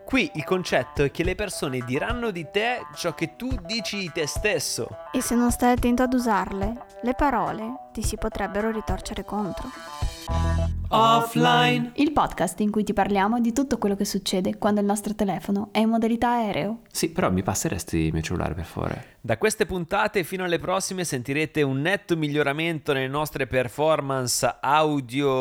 Qui il concetto è che le persone diranno di te ciò che tu dici di te stesso. E se non stai attento ad usarle, le parole ti si potrebbero ritorcere contro. Offline. Il podcast in cui ti parliamo di tutto quello che succede quando il nostro telefono è in modalità aereo. Sì, però mi passeresti il mio cellulare, per favore? Da queste puntate fino alle prossime sentirete un netto miglioramento nelle nostre performance audio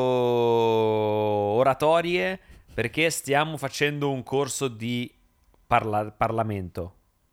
oratorie, perché stiamo facendo un corso di Parlamento.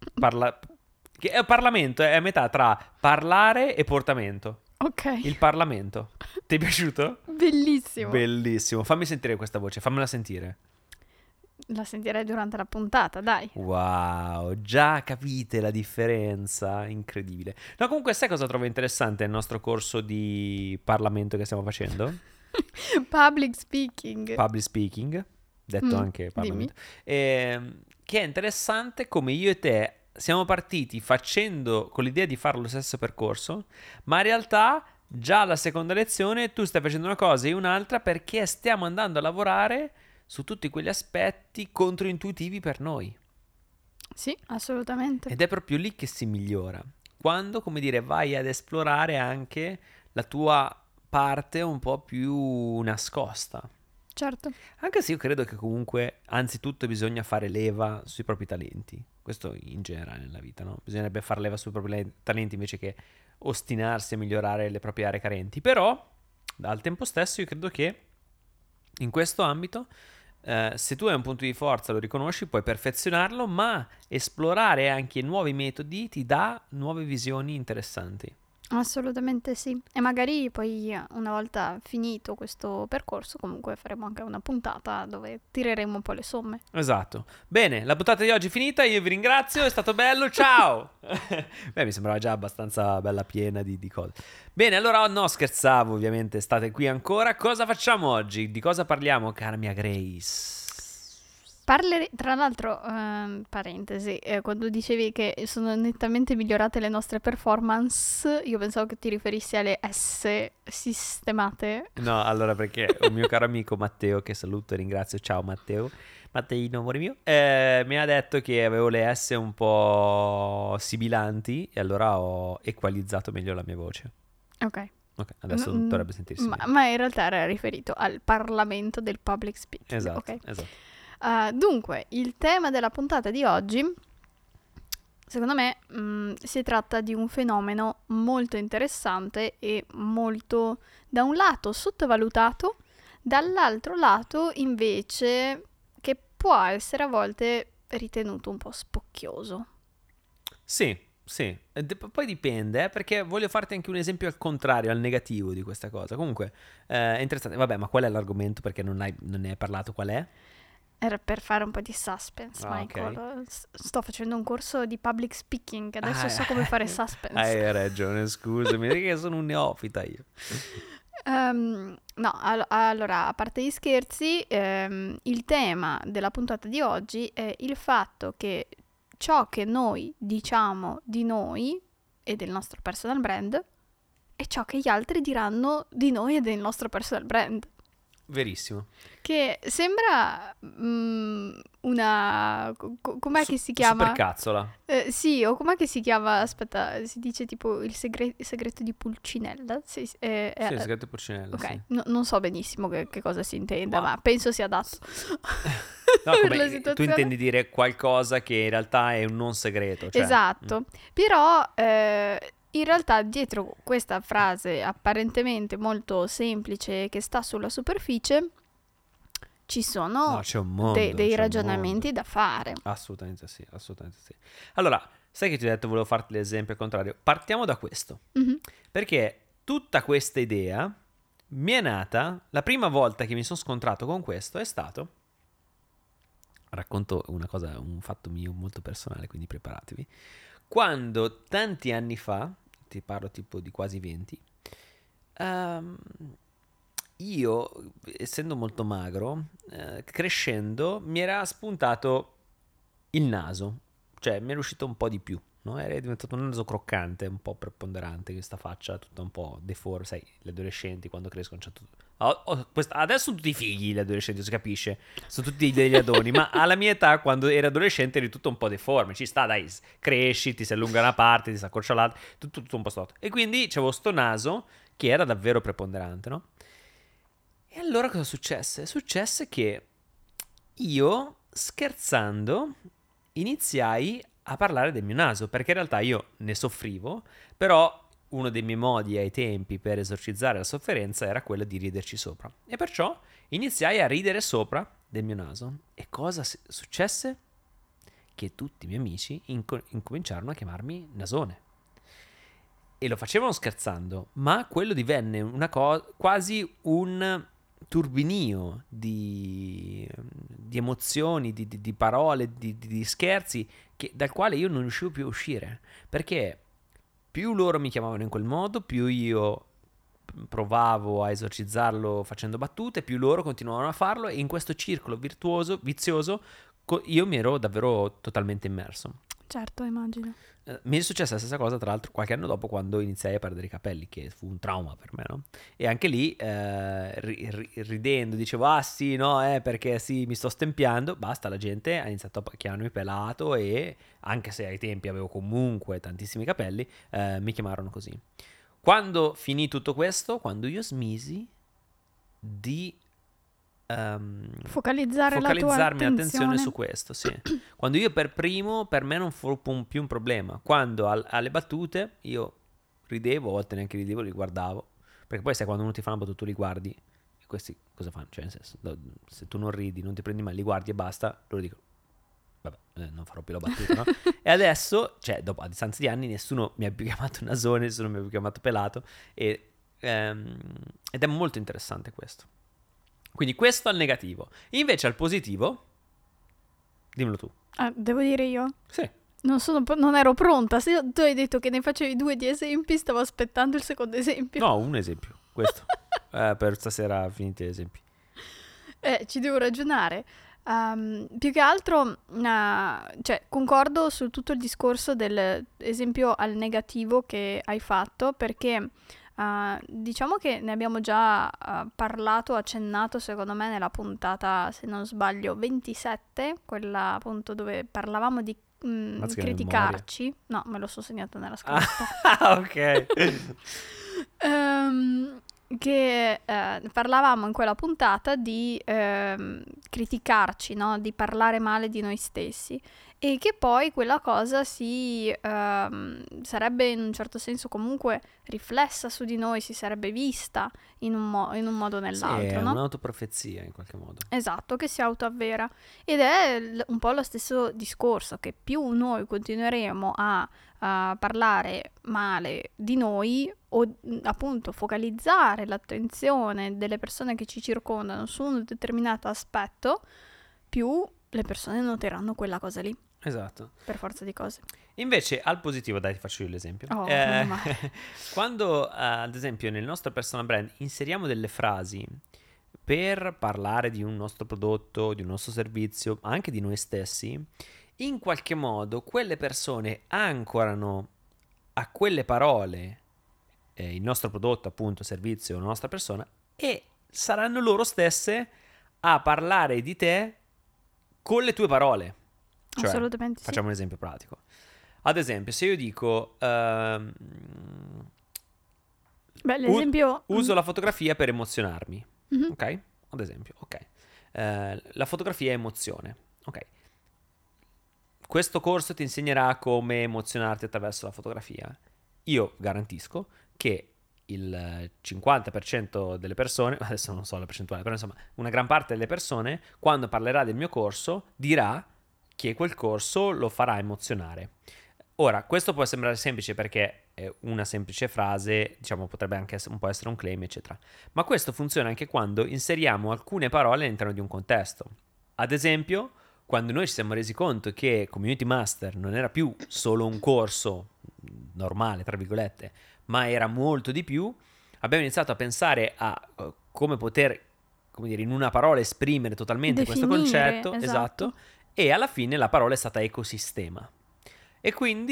Parlamento è a metà tra parlare e portamento. Ok. Il Parlamento. Ti è piaciuto? Bellissimo. Bellissimo. Fammi sentire questa voce, fammela sentire. La sentirei durante la puntata, dai. Wow, già capite la differenza? Incredibile. No, comunque sai cosa trovo interessante nel nostro corso di Parlamento che stiamo facendo? Public speaking. Public speaking, detto anche Parlamento. Che è interessante come io e te siamo partiti facendo con l'idea di fare lo stesso percorso, ma in realtà già alla seconda lezione tu stai facendo una cosa e io un'altra, perché stiamo andando a lavorare su tutti quegli aspetti controintuitivi per noi. Sì, assolutamente. Ed è proprio lì che si migliora, quando, come dire, vai ad esplorare anche la tua parte un po' più nascosta. Certo. Anche se io credo che comunque, anzitutto, bisogna fare leva sui propri talenti. Questo in generale nella vita, no? Bisognerebbe fare leva sui propri talenti invece che ostinarsi a migliorare le proprie aree carenti. Però, al tempo stesso, io credo che in questo ambito, se tu hai un punto di forza, lo riconosci, puoi perfezionarlo, ma esplorare anche nuovi metodi ti dà nuove visioni interessanti. Assolutamente sì. E magari poi una volta finito questo percorso comunque faremo anche una puntata dove tireremo un po' le somme. Esatto. Bene, la puntata di oggi è finita, io vi ringrazio, è stato bello, ciao! Beh, mi sembrava già abbastanza bella piena di cose. Bene, allora no, scherzavo, ovviamente, state qui ancora. Cosa facciamo oggi? Di cosa parliamo, cara mia Grace? Tra l'altro, parentesi, quando dicevi che sono nettamente migliorate le nostre performance, io pensavo che ti riferissi alle S sistemate. No, allora perché un mio caro amico Matteo, che saluto e ringrazio, ciao Matteo, Matteino amore mio, mi ha detto che avevo le S un po' sibilanti e allora ho equalizzato meglio la mia voce. Ok. Ok, adesso dovrebbe sentirsi meglio. Ma in realtà era riferito al Parlamento del public speaking. Esatto, ok. esatto. Dunque, il tema della puntata di oggi, secondo me, si tratta di un fenomeno molto interessante e molto, da un lato, sottovalutato, dall'altro lato, invece, che può essere a volte ritenuto un po' spocchioso. Sì. Poi dipende, perché voglio farti anche un esempio al contrario, al negativo di questa cosa. Comunque, è interessante. Vabbè, ma qual è l'argomento? Perché non ne hai parlato, qual è? Era per fare un po' di suspense, Michael. Okay. Sto facendo un corso di public speaking, adesso so come fare suspense. Hai ragione, scusami, perché sono un neofita io. No, allora, a parte gli scherzi, il tema della puntata di oggi è il fatto che ciò che noi diciamo di noi e del nostro personal brand è ciò che gli altri diranno di noi e del nostro personal brand. Verissimo. Che sembra una... com'è che si chiama? Supercazzola. Sì, o com'è che si chiama? Aspetta, si dice tipo il segreto di Pulcinella? Sì, Sì, il segreto di Pulcinella, ok, sì. non so benissimo che cosa si intenda, Ma- ma penso sia adatto. No, per come, la tu situazione. intendi dire qualcosa che in realtà è un non segreto, cioè. Esatto, però in realtà dietro questa frase apparentemente molto semplice che sta sulla superficie ci sono No, c'è un mondo, dei c'è un ragionamenti mondo. da fare. Assolutamente sì, assolutamente sì. Allora, sai che ti ho detto, volevo farti l'esempio al contrario. Partiamo da questo. Mhm. Perché tutta questa idea mi è nata, la prima volta che mi sono scontrato con questo è stato, racconto una cosa, un fatto mio molto personale, quindi preparatevi, quando tanti anni fa, ti parlo tipo di quasi 20, io, essendo molto magro, crescendo, mi era spuntato il naso, cioè mi era uscito un po' di più, no? Era diventato un naso croccante, un po' preponderante, questa faccia tutta un po' deforme, sai, gli adolescenti quando crescono c'è tutto... adesso sono tutti fighi gli adolescenti, si capisce, sono tutti degli adoni, ma alla mia età, quando eri adolescente, eri tutto un po' deforme, ci sta, dai, cresci, ti si allunga una parte, ti si accorcia l'altra, tutto un po' storto. E quindi c'avevo sto naso che era davvero preponderante, no? E allora cosa successe? Successe che io, scherzando, iniziai a parlare del mio naso, perché in realtà io ne soffrivo, però uno dei miei modi ai tempi per esorcizzare la sofferenza era quello di riderci sopra. E perciò iniziai a ridere sopra del mio naso. E cosa successe? Che tutti i miei amici incominciarono a chiamarmi nasone. E lo facevano scherzando, ma quello divenne una quasi un turbinio di emozioni, di parole, di scherzi dal quale io non riuscivo più a uscire, perché più loro mi chiamavano in quel modo, più io provavo a esorcizzarlo facendo battute, più loro continuavano a farlo, e in questo circolo vizioso io mi ero davvero totalmente immerso. Certo, immagino. Mi è successa la stessa cosa, tra l'altro, qualche anno dopo, quando iniziai a perdere i capelli, che fu un trauma per me, no? E anche lì, ridendo, dicevo, ah sì, no, perché sì, mi sto stempiando, basta, la gente ha iniziato a chiamarmi pelato, e anche se ai tempi avevo comunque tantissimi capelli, mi chiamarono così. Quando finì tutto questo, quando io smisi di focalizzarmi la tua attenzione su questo, sì. Quando io per me non fu più un problema. Quando alle battute io ridevo, a volte neanche ridevo, li guardavo, perché poi sai, quando uno ti fa una battuta tu li guardi, e questi cosa fanno? Cioè, nel senso, se tu non ridi, non ti prendi mai, li guardi e basta, loro dicono vabbè, non farò più la battuta, no? E adesso, cioè, dopo, a distanza di anni, nessuno mi ha più chiamato nasone, nessuno mi ha più chiamato pelato, ed è molto interessante questo. Quindi questo al negativo. Invece al positivo, dimmelo tu. Devo dire io? Sì. Non ero pronta. Se tu hai detto che ne facevi 2 di esempi, stavo aspettando il secondo esempio. No, un esempio, questo. Per stasera finiti gli esempi. Ci devo ragionare. Più che altro, cioè, concordo su tutto il discorso dell'esempio al negativo che hai fatto, perché diciamo che ne abbiamo già parlato, accennato secondo me nella puntata, se non sbaglio, 27, quella appunto dove parlavamo di criticarci. No, me lo sono segnato nella scritta. Ok. Che parlavamo in quella puntata di criticarci, no? Di parlare male di noi stessi, e che poi quella cosa sarebbe in un certo senso comunque riflessa su di noi, si sarebbe vista in un modo o nell'altro, sì, è no? un'autoprofezia in qualche modo. Esatto, che si autoavvera. Ed è un po' lo stesso discorso, che più noi continueremo a parlare male di noi, o appunto focalizzare l'attenzione delle persone che ci circondano su un determinato aspetto, più le persone noteranno quella cosa lì. Esatto. Per forza di cose. Invece al positivo, dai, ti faccio io l'esempio. Quando ad esempio nel nostro personal brand inseriamo delle frasi per parlare di un nostro prodotto, di un nostro servizio, anche di noi stessi, in qualche modo quelle persone ancorano a quelle parole il nostro prodotto, appunto, servizio, la nostra persona, e saranno loro stesse a parlare di te con le tue parole. Cioè, assolutamente sì. Facciamo un esempio pratico. Ad esempio, se io dico l'esempio uso la fotografia per emozionarmi, mm-hmm. Ok? Ad esempio, ok. La fotografia è emozione, ok. Questo corso ti insegnerà come emozionarti attraverso la fotografia. Io garantisco che il 50% delle persone, adesso non so la percentuale, però insomma una gran parte delle persone, quando parlerà del mio corso, dirà che quel corso lo farà emozionare. Ora, questo può sembrare semplice perché è una semplice frase, diciamo, potrebbe anche un po' essere un claim, eccetera. Ma questo funziona anche quando inseriamo alcune parole all'interno di un contesto. Ad esempio, quando noi ci siamo resi conto che Community Master non era più solo un corso normale, tra virgolette, ma era molto di più, abbiamo iniziato a pensare a come poter, come dire, in una parola esprimere totalmente questo concetto, esatto, e alla fine la parola è stata ecosistema. E quindi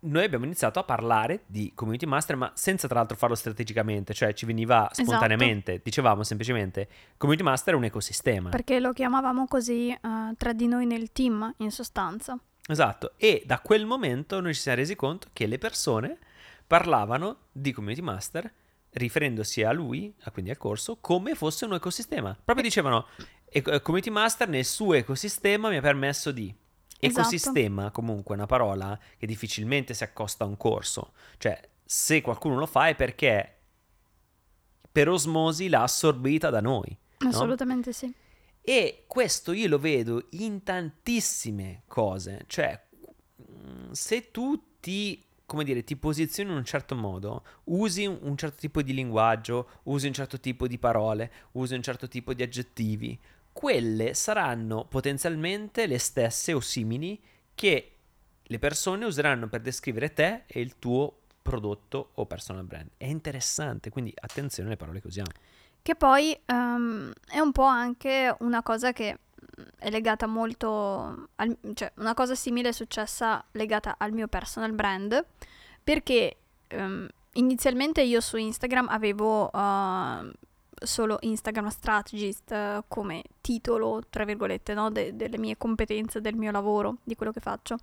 noi abbiamo iniziato a parlare di community master, ma senza tra l'altro farlo strategicamente, cioè ci veniva spontaneamente. Dicevamo semplicemente community master è un ecosistema. Perché lo chiamavamo così tra di noi nel team, in sostanza. Esatto, e da quel momento noi ci siamo resi conto che le persone parlavano di community master riferendosi a lui, quindi al corso, come fosse un ecosistema. Proprio dicevano, community master nel suo ecosistema mi ha permesso di... Ecosistema, comunque, è una parola che difficilmente si accosta a un corso. Cioè, se qualcuno lo fa è perché per osmosi l'ha assorbita da noi. Assolutamente no? Sì. E questo io lo vedo in tantissime cose. Cioè, se tu ti posizioni in un certo modo, usi un certo tipo di linguaggio, usi un certo tipo di parole, usi un certo tipo di aggettivi, quelle saranno potenzialmente le stesse o simili che le persone useranno per descrivere te e il tuo prodotto o personal brand. È interessante, quindi attenzione alle parole che usiamo. Che poi è un po' anche una cosa che è legata molto, cioè una cosa simile è successa legata al mio personal brand, perché inizialmente io su Instagram avevo solo Instagram Strategist come titolo, tra virgolette, no? Delle mie competenze, del mio lavoro, di quello che faccio.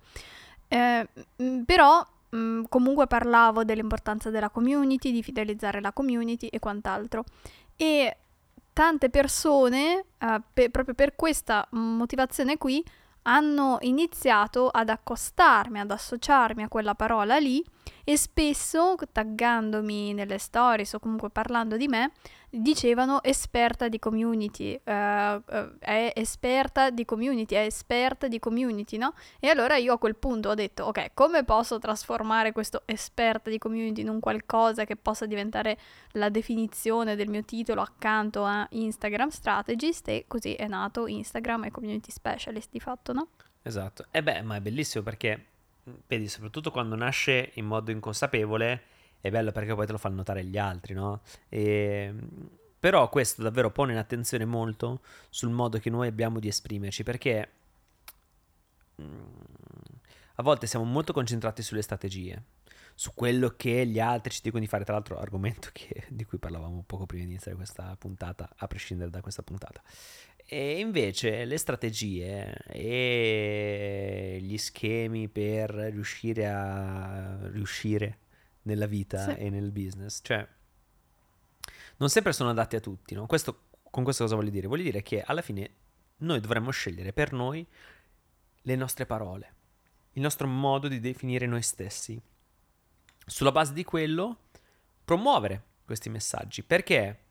Però comunque parlavo dell'importanza della community, di fidelizzare la community e quant'altro. E tante persone, proprio per questa motivazione qui, hanno iniziato ad accostarmi, ad associarmi a quella parola lì e spesso, taggandomi nelle stories o comunque parlando di me, dicevano esperta di community, è esperta di community, è esperta di community, no? E allora io a quel punto ho detto, ok, come posso trasformare questo esperta di community in un qualcosa che possa diventare la definizione del mio titolo accanto a Instagram Strategist, e così è nato Instagram e Community Specialist di fatto, no? Esatto. E beh, ma è bellissimo perché, vedi, soprattutto quando nasce in modo inconsapevole, è bello perché poi te lo fanno notare gli altri, no? Però questo davvero pone in attenzione molto sul modo che noi abbiamo di esprimerci, perché a volte siamo molto concentrati sulle strategie, su quello che gli altri ci dicono di fare, tra l'altro argomento di cui parlavamo poco prima di iniziare questa puntata, a prescindere da questa puntata. E invece le strategie e gli schemi per riuscire nella vita e nel business, cioè non sempre sono adatti a tutti, no? Con questo cosa voglio dire? Voglio dire che alla fine noi dovremmo scegliere per noi le nostre parole, il nostro modo di definire noi stessi. Sulla base di quello promuovere questi messaggi, perché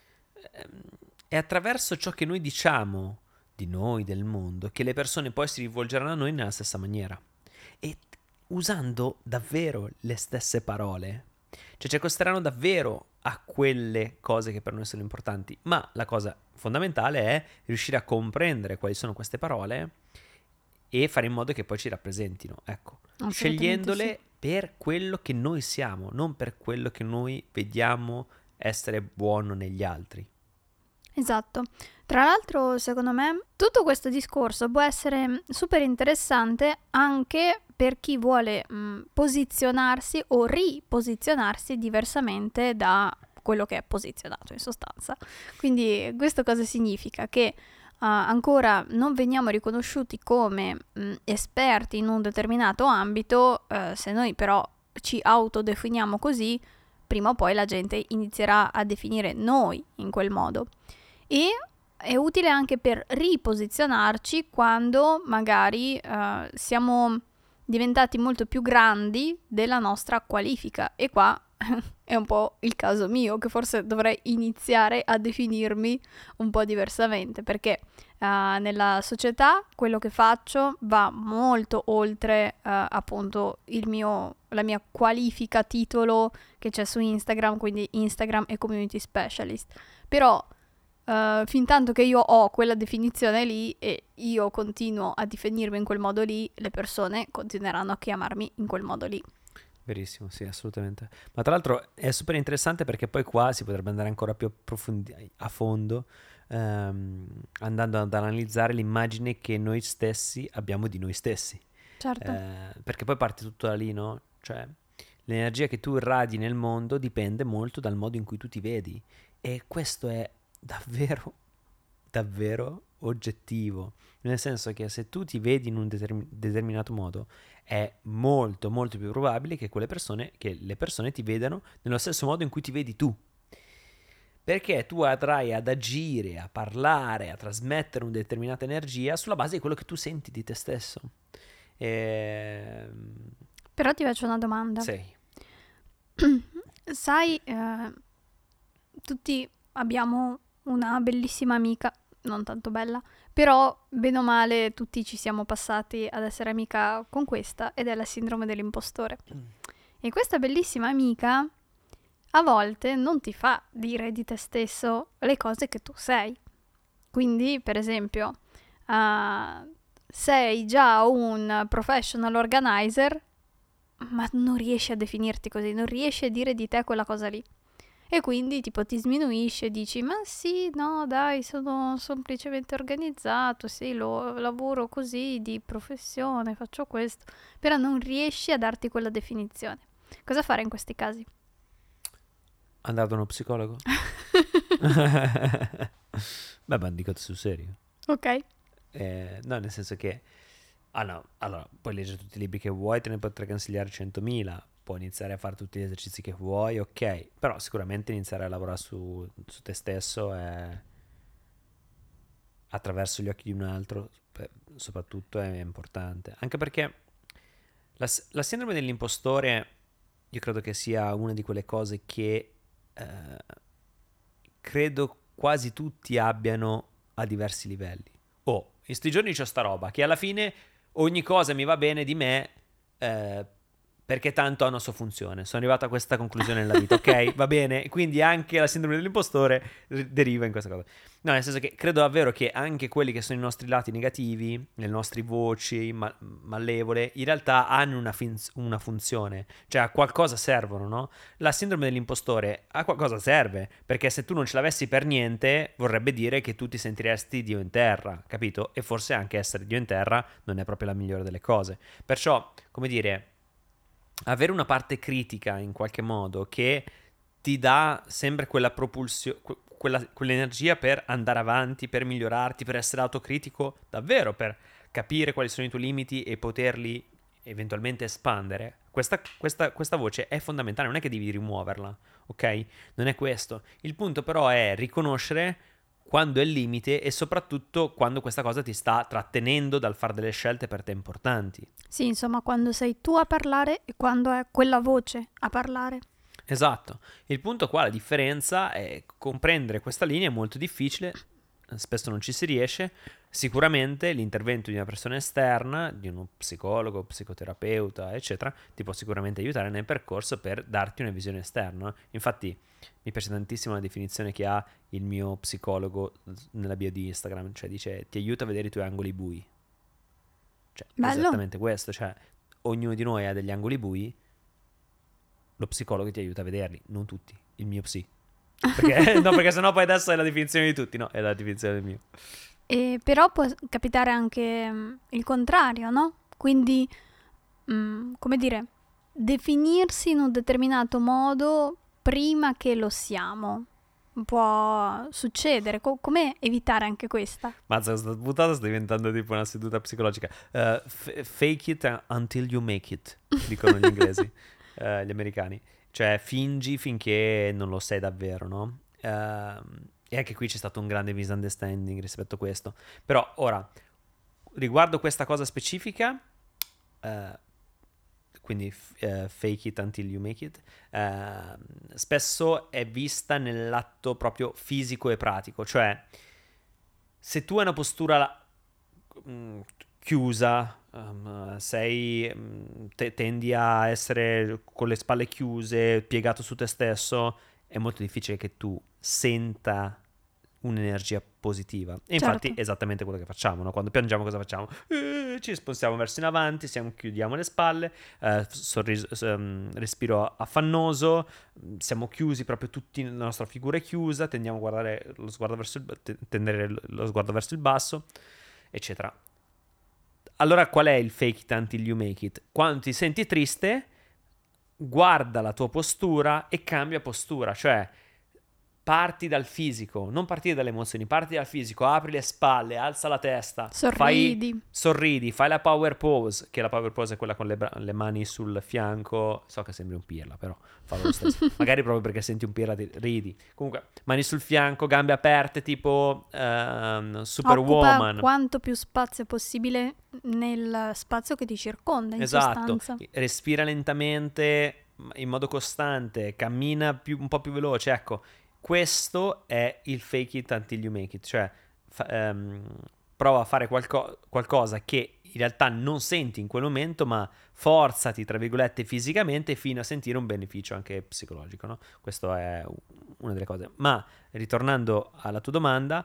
è attraverso ciò che noi diciamo di noi, del mondo, che le persone poi si rivolgeranno a noi nella stessa maniera e usando davvero le stesse parole, cioè ci accosteranno davvero a quelle cose che per noi sono importanti. Ma la cosa fondamentale è riuscire a comprendere quali sono queste parole e fare in modo che poi ci rappresentino, ecco, scegliendole per quello che noi siamo, non per quello che noi vediamo essere buono negli altri. Esatto. Tra l'altro, secondo me, tutto questo discorso può essere super interessante anche per chi vuole posizionarsi o riposizionarsi diversamente da quello che è posizionato in sostanza. Quindi questo cosa significa? Che ancora non veniamo riconosciuti come esperti in un determinato ambito, se noi però ci autodefiniamo così, prima o poi la gente inizierà a definire noi in quel modo. E è utile anche per riposizionarci quando magari siamo diventati molto più grandi della nostra qualifica, e qua è un po' il caso mio, che forse dovrei iniziare a definirmi un po' diversamente, perché nella società quello che faccio va molto oltre appunto la mia qualifica titolo che c'è su Instagram, quindi Instagram e Community Specialist. Però fin tanto che io ho quella definizione lì e io continuo a definirmi in quel modo lì, le persone continueranno a chiamarmi in quel modo lì. Verissimo, sì, assolutamente. Ma tra l'altro è super interessante perché poi qua si potrebbe andare ancora più a fondo, andando ad analizzare l'immagine che noi stessi abbiamo di noi stessi. Certo. Perché poi parte tutto da lì, no? cioè l'energia che tu irradi nel mondo dipende molto dal modo in cui tu ti vedi, e questo è davvero, davvero oggettivo, nel senso che se tu ti vedi in un determinato modo, è molto molto più probabile che le persone ti vedano nello stesso modo in cui ti vedi tu, perché tu andrai ad agire, a parlare, a trasmettere una determinata energia sulla base di quello che tu senti di te stesso. Però ti faccio una domanda. Sì. Sai, tutti abbiamo una bellissima amica, non tanto bella, però bene o male tutti ci siamo passati ad essere amica con questa, ed è la sindrome dell'impostore. E questa bellissima amica a volte non ti fa dire di te stesso le cose che tu sei. Quindi, per esempio, sei già un professional organizer, ma non riesci a definirti così, non riesci a dire di te quella cosa lì. E quindi tipo ti sminuisci e dici, ma sì, no dai, sono semplicemente organizzato, sì, lavoro così di professione, faccio questo, però non riesci a darti quella definizione. Cosa fare in questi casi? Andare da uno psicologo? Beh, ma dico sul serio. Ok. No, nel senso che no, allora, puoi leggere tutti i libri che vuoi, te ne potrei consigliare 100.000, puoi iniziare a fare tutti gli esercizi che vuoi, ok, però sicuramente iniziare a lavorare su te stesso attraverso gli occhi di un altro, soprattutto è importante, anche perché la sindrome dell'impostore io credo che sia una di quelle cose che credo quasi tutti abbiano a diversi livelli. In sti giorni c'ho sta roba che alla fine ogni cosa mi va bene di me, perché tanto ha una sua funzione. Sono arrivato a questa conclusione nella vita, ok? Va bene? Quindi anche la sindrome dell'impostore deriva in questa cosa. No, nel senso che credo davvero che anche quelli che sono i nostri lati negativi, le nostre voci malevole, in realtà hanno una funzione, cioè a qualcosa servono, no? La sindrome dell'impostore a qualcosa serve, perché se tu non ce l'avessi per niente, vorrebbe dire che tu ti sentiresti Dio in terra, capito? E forse anche essere Dio in terra non è proprio la migliore delle cose. Perciò, come dire, avere una parte critica in qualche modo che ti dà sempre quella propulsione, quell'energia per andare avanti, per migliorarti, per essere autocritico davvero, per capire quali sono i tuoi limiti e poterli eventualmente espandere. Questa voce è fondamentale, non è che devi rimuoverla, ok? Non è questo. Il punto però è riconoscere quando è il limite e soprattutto quando questa cosa ti sta trattenendo dal fare delle scelte per te importanti. Sì, insomma, quando sei tu a parlare e quando è quella voce a parlare. Esatto. Il punto qua, la differenza è comprendere questa linea è molto difficile, spesso non ci si riesce. Sicuramente l'intervento di una persona esterna, di uno psicologo, psicoterapeuta, eccetera, ti può sicuramente aiutare nel percorso per darti una visione esterna. Infatti mi piace tantissimo la definizione che ha il mio psicologo nella bio di Instagram, cioè dice ti aiuta a vedere i tuoi angoli bui. Cioè, Bello. esattamente questo, cioè ognuno di noi ha degli angoli bui, lo psicologo ti aiuta a vederli, non tutti, il mio sì. Perché sennò poi adesso è la definizione di tutti, no, è la definizione del mio. E però può capitare anche il contrario, no? Quindi, come dire, definirsi in un determinato modo prima che lo siamo. Può succedere. Come evitare anche questa? Mazza, questa puntata sta diventando tipo una seduta psicologica. Fake it until you make it, dicono gli inglesi, gli americani. Cioè, fingi finché non lo sei davvero, no? E anche qui c'è stato un grande misunderstanding rispetto a questo. Però, ora, riguardo questa cosa specifica, quindi fake it until you make it, spesso è vista nell'atto proprio fisico e pratico, cioè se tu hai una postura chiusa, tendi a essere con le spalle chiuse, piegato su te stesso, è molto difficile che tu senta un'energia positiva. E infatti Certo. è esattamente quello che facciamo, no? Quando piangiamo cosa facciamo? Ci spostiamo verso in avanti, chiudiamo le spalle, respiro affannoso, siamo chiusi, proprio tutti, la nostra figura è chiusa, tendiamo a guardare tendere lo sguardo verso il basso, eccetera. Allora qual è il fake it until you make it? Quando ti senti triste, guarda la tua postura e cambia postura, cioè parti dal fisico, non partire dalle emozioni, parti dal fisico, apri le spalle, alza la testa, sorridi, fai la power pose, che la power pose è quella con le mani sul fianco, so che sembri un pirla, però fallo lo stesso, magari proprio perché senti un pirla ridi, comunque mani sul fianco, gambe aperte tipo Superwoman. Occupa quanto più spazio possibile nel spazio che ti circonda, in esatto, sostanza. Respira lentamente, in modo costante, cammina un po' più veloce, ecco. Questo è il fake it until you make it, cioè prova a fare qualcosa che in realtà non senti in quel momento, ma forzati, tra virgolette, fisicamente fino a sentire un beneficio anche psicologico, no? Questo è una delle cose. Ma ritornando alla tua domanda,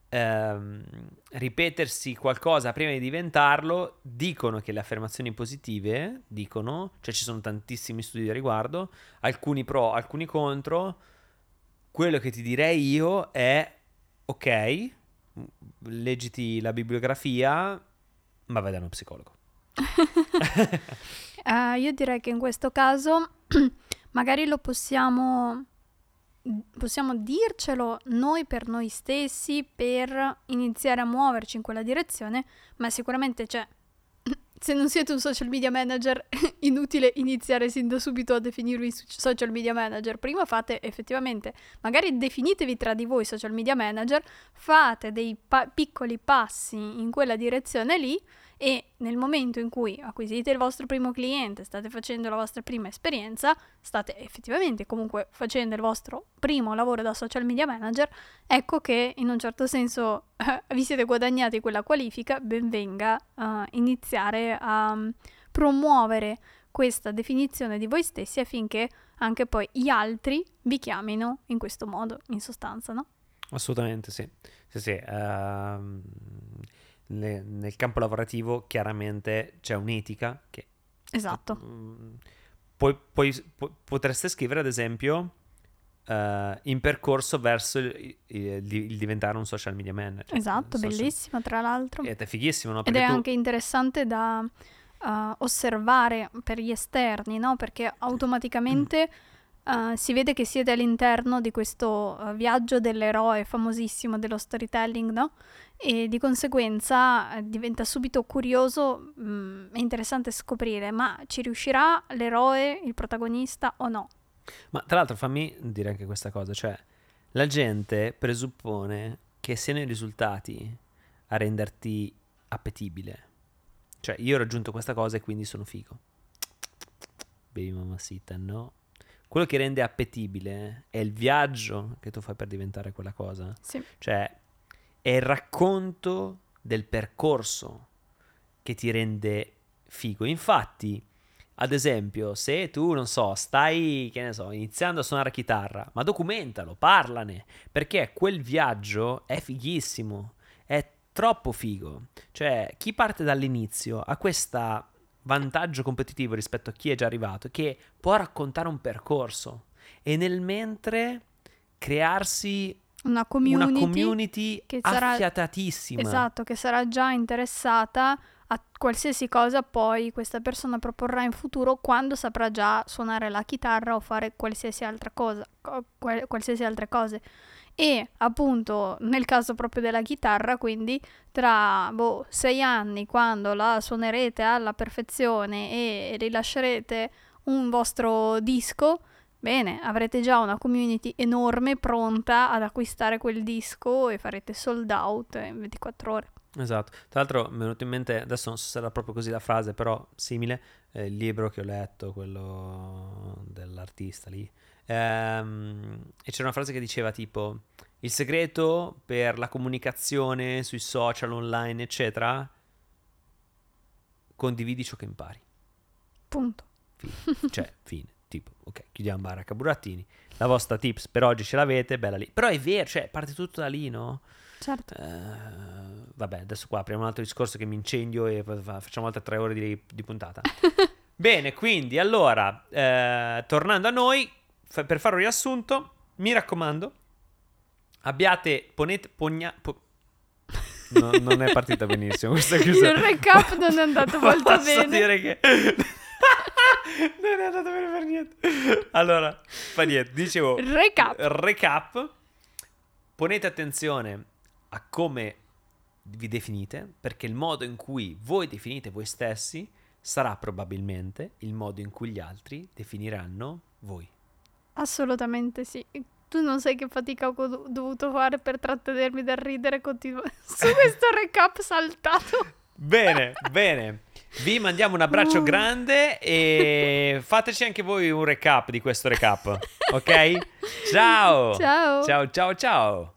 ripetersi qualcosa prima di diventarlo, dicono che le affermazioni positive, cioè ci sono tantissimi studi a riguardo, alcuni pro, alcuni contro. Quello che ti direi io è, ok, leggiti la bibliografia, ma vai da uno psicologo. Io direi che in questo caso magari lo possiamo dircelo noi per noi stessi, per iniziare a muoverci in quella direzione, ma sicuramente se non siete un social media manager, inutile iniziare sin da subito a definirvi social media manager. Prima fate effettivamente, magari definitevi tra di voi social media manager, fate dei piccoli passi in quella direzione lì, e nel momento in cui acquisite il vostro primo cliente, state facendo la vostra prima esperienza, state effettivamente comunque facendo il vostro primo lavoro da social media manager, ecco che in un certo senso vi siete guadagnati quella qualifica. Ben venga iniziare a promuovere questa definizione di voi stessi affinché anche poi gli altri vi chiamino in questo modo, in sostanza, no? Assolutamente sì. Nel campo lavorativo chiaramente c'è un'etica che... Esatto. Potreste scrivere ad esempio in percorso verso il diventare un social media manager. Esatto, bellissima tra l'altro. Ed è fighissimo, no? Ed è anche interessante da osservare per gli esterni, no? Perché automaticamente si vede che siete all'interno di questo viaggio dell'eroe famosissimo dello storytelling, no? E di conseguenza diventa subito curioso e interessante scoprire, ma ci riuscirà l'eroe, il protagonista o no? Ma tra l'altro fammi dire anche questa cosa, cioè la gente presuppone che siano i risultati a renderti appetibile. Cioè io ho raggiunto questa cosa e quindi sono figo. Baby mamacita, no. Quello che rende appetibile è il viaggio che tu fai per diventare quella cosa. Sì. Cioè è il racconto del percorso che ti rende figo. Infatti, ad esempio, se tu, non so, stai, che ne so, iniziando a suonare chitarra, ma documentalo, parlane, perché quel viaggio è fighissimo, è troppo figo. Cioè, chi parte dall'inizio ha questo vantaggio competitivo rispetto a chi è già arrivato, che può raccontare un percorso e nel mentre crearsi una community che affiatatissima. Esatto, che sarà già interessata a qualsiasi cosa poi questa persona proporrà in futuro, quando saprà già suonare la chitarra o fare qualsiasi altra cosa, qualsiasi altre cose. E appunto nel caso proprio della chitarra, quindi tra 6 anni, quando la suonerete alla perfezione e rilascerete un vostro disco, bene, avrete già una community enorme pronta ad acquistare quel disco e farete sold out in 24 ore. Esatto. Tra l'altro mi è venuto in mente, adesso non so se era proprio così la frase, però simile, il libro che ho letto, quello dell'artista lì, e c'era una frase che diceva tipo: il segreto per la comunicazione sui social, online, eccetera, condividi ciò che impari. Punto. Fine. Tipo, ok, chiudiamo baracca burattini. La vostra tips per oggi ce l'avete, bella lì. Però è vero, cioè, parte tutto da lì, no? Certo. Vabbè, adesso qua apriamo un altro discorso che mi incendio e facciamo altre 3 ore di puntata. Bene, quindi, allora, tornando a noi, per fare un riassunto, mi raccomando, non è partita benissimo questa chiusura. Il recap non è andato molto Posso bene. dire che Non è andato bene per niente. Allora, fa niente. Dicevo, recap. Ponete attenzione a come vi definite, perché il modo in cui voi definite voi stessi sarà probabilmente il modo in cui gli altri definiranno voi. Assolutamente sì. Tu non sai che fatica ho dovuto fare per trattenermi dal ridere su questo recap saltato. Bene, bene. Vi mandiamo un abbraccio grande e fateci anche voi un recap di questo recap, ok? Ciao! Ciao! Ciao, ciao, ciao!